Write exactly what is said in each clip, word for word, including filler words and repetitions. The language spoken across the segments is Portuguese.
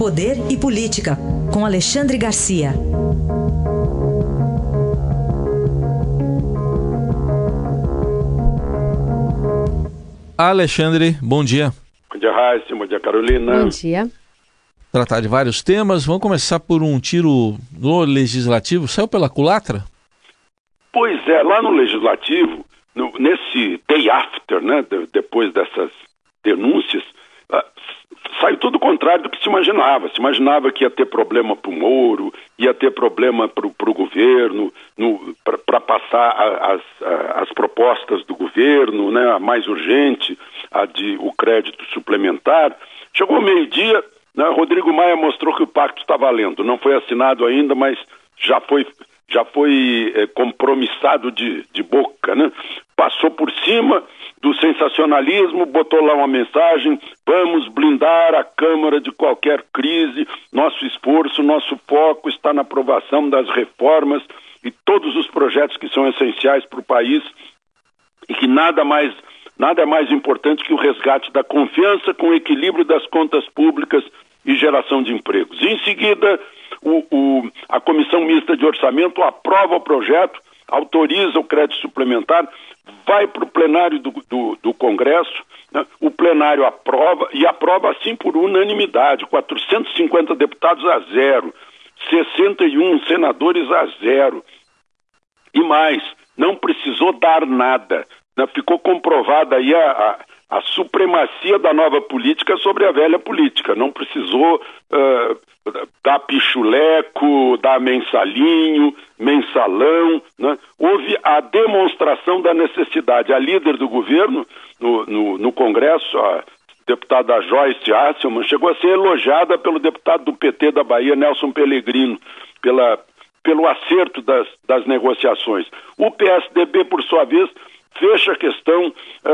Poder e Política, com Alexandre Garcia. Alexandre, bom dia. Bom dia, Raíssa. Bom dia, Carolina. Bom dia. Tratar de vários temas. Vamos começar por um tiro no Legislativo. Saiu pela culatra? Pois é, lá no Legislativo, no, nesse day after, né, de, depois dessas denúncias, uh, saiu tudo o contrário do que se imaginava. Se imaginava que ia ter problema para o Moro, ia ter problema para o governo, para passar a, as, a, as propostas do governo, né, a mais urgente, a de o crédito suplementar. Chegou meio-dia, né, Rodrigo Maia mostrou que o pacto está valendo. Não foi assinado ainda, mas já foi... já foi é, compromissado de, de boca, né? Passou por cima do sensacionalismo, botou lá uma mensagem: vamos blindar a Câmara de qualquer crise, nosso esforço, nosso foco está na aprovação das reformas e todos os projetos que são essenciais para o país e que nada mais, nada é mais importante que o resgate da confiança com o equilíbrio das contas públicas e geração de empregos. E em seguida, o, o, a Comissão Mista de Orçamento aprova o projeto, autoriza o crédito suplementar, vai para o plenário do, do, do Congresso, né? O plenário aprova, e aprova assim por unanimidade, quatrocentos e cinquenta deputados a zero, sessenta e um senadores a zero. E mais, não precisou dar nada, né? Ficou comprovada aí a... a a supremacia da nova política sobre a velha política. Não precisou uh, dar pichuleco, dar mensalinho, mensalão, né? Houve a demonstração da necessidade. A líder do governo no, no, no Congresso, a deputada Joyce Hasselmann, chegou a ser elogiada pelo deputado do P T da Bahia, Nelson Pellegrino, pela, pelo acerto das, das negociações. O P S D B, por sua vez, fecha a questão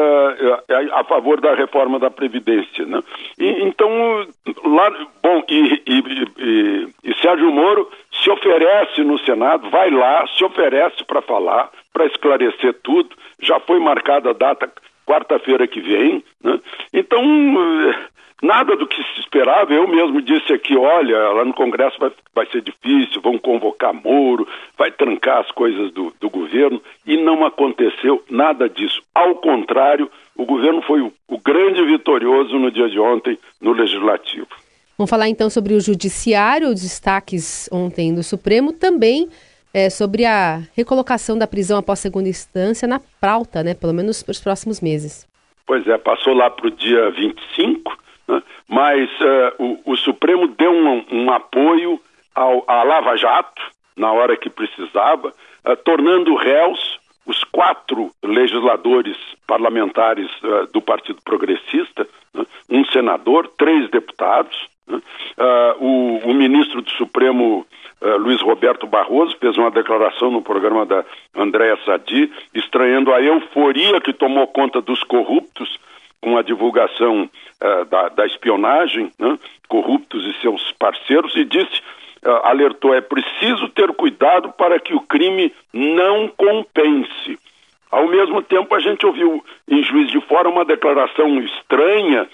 uh, a favor da reforma da Previdência, né? E, então, lá, bom, e, e, e, e Sérgio Moro se oferece no Senado, vai lá, se oferece para falar, para esclarecer tudo. Já foi marcada a data quarta-feira que vem, né? Então, uh, nada do que se esperava. Eu mesmo disse aqui, olha, lá no Congresso vai, vai ser difícil, vão convocar Moro, vai trancar as coisas do, do governo, e não aconteceu nada disso. Ao contrário, o governo foi o, o grande vitorioso no dia de ontem no Legislativo. Vamos falar então sobre o Judiciário, os destaques ontem do Supremo, também é, sobre a recolocação da prisão após segunda instância na pauta, né, pelo menos para os próximos meses. Pois é, passou lá para o dia vinte e cinco, né, mas uh, o, o Supremo deu um, um apoio ao, à Lava Jato, na hora que precisava, uh, tornando réus os quatro legisladores parlamentares uh, do Partido Progressista, né, um senador, três deputados, né, uh, o, o ministro do Supremo, uh, Luiz Roberto Barroso, fez uma declaração no programa da Andréa Sadi, estranhando a euforia que tomou conta dos corruptos com a divulgação uh, da, da espionagem, né, corruptos e seus parceiros, e disse... Uh, alertou, é preciso ter cuidado para que o crime não compense. Ao mesmo tempo, a gente ouviu em Juiz de Fora uma declaração estranha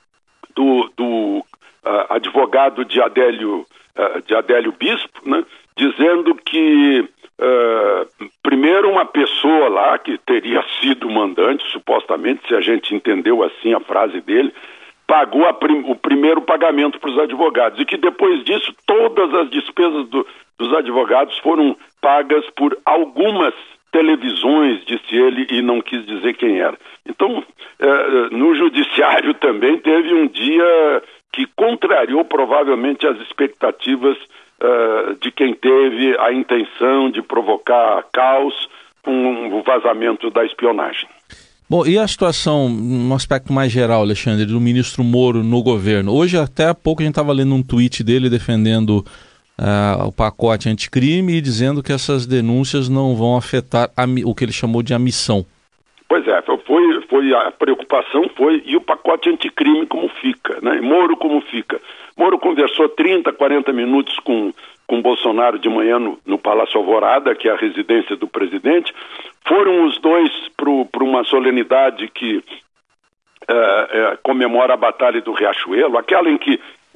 do, do uh, advogado de Adélio, uh, de Adélio Bispo, né, dizendo que, uh, primeiro, uma pessoa lá, que teria sido mandante, supostamente, se a gente entendeu assim a frase dele, pagou a prim- o primeiro pagamento para os advogados, e que depois disso todas as despesas do, dos advogados foram pagas por algumas televisões, disse ele, e não quis dizer quem era. Então, eh, no judiciário também teve um dia que contrariou provavelmente as expectativas eh, de quem teve a intenção de provocar caos com o vazamento da espionagem. Bom, e a situação, num aspecto mais geral, Alexandre, do ministro Moro no governo? Hoje, até há pouco, a gente estava lendo um tweet dele defendendo uh, o pacote anticrime e dizendo que essas denúncias não vão afetar a, o que ele chamou de a missão. Pois é, foi, foi a preocupação foi, e o pacote anticrime como fica, né? Moro como fica. Moro conversou trinta, quarenta minutos com, com Bolsonaro de manhã no, no Palácio Alvorada, que é a residência do presidente. Foram os dois para uma solenidade que uh, uh, comemora a Batalha do Riachuelo, aquela em que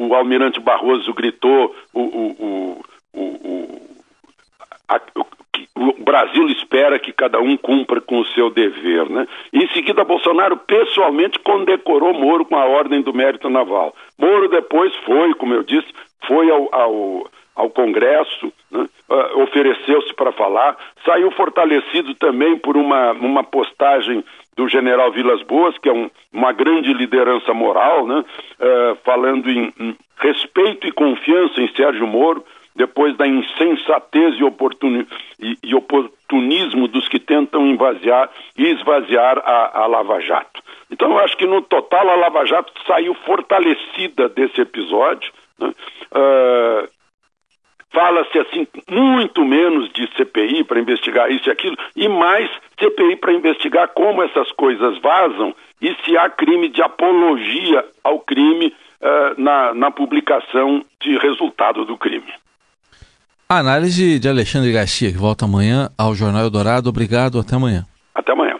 o almirante Barroso gritou o, o, o, o, o, a, o, o Brasil espera que cada um cumpra com o seu dever, né? Em seguida, Bolsonaro pessoalmente condecorou Moro com a Ordem do Mérito Naval. Moro depois foi, como eu disse, foi ao, ao, ao Congresso, né? uh, ofereceu-se para falar, saiu fortalecido também por uma, uma postagem do general Vilas Boas, que é um, uma grande liderança moral, né? uh, falando em, em respeito e confiança em Sérgio Moro, depois da insensatez e, oportuni, e, e oportunismo dos que tentam esvaziar, esvaziar a, a Lava Jato. Então, eu acho que, no total, a Lava Jato saiu fortalecida desse episódio, né? Uh, fala-se, assim, muito menos de C P I para investigar isso e aquilo, e mais C P I para investigar como essas coisas vazam e se há crime de apologia ao crime uh, na, na publicação de resultado do crime. A análise de Alexandre Garcia, que volta amanhã ao Jornal Eldorado. Obrigado, até amanhã. Até amanhã.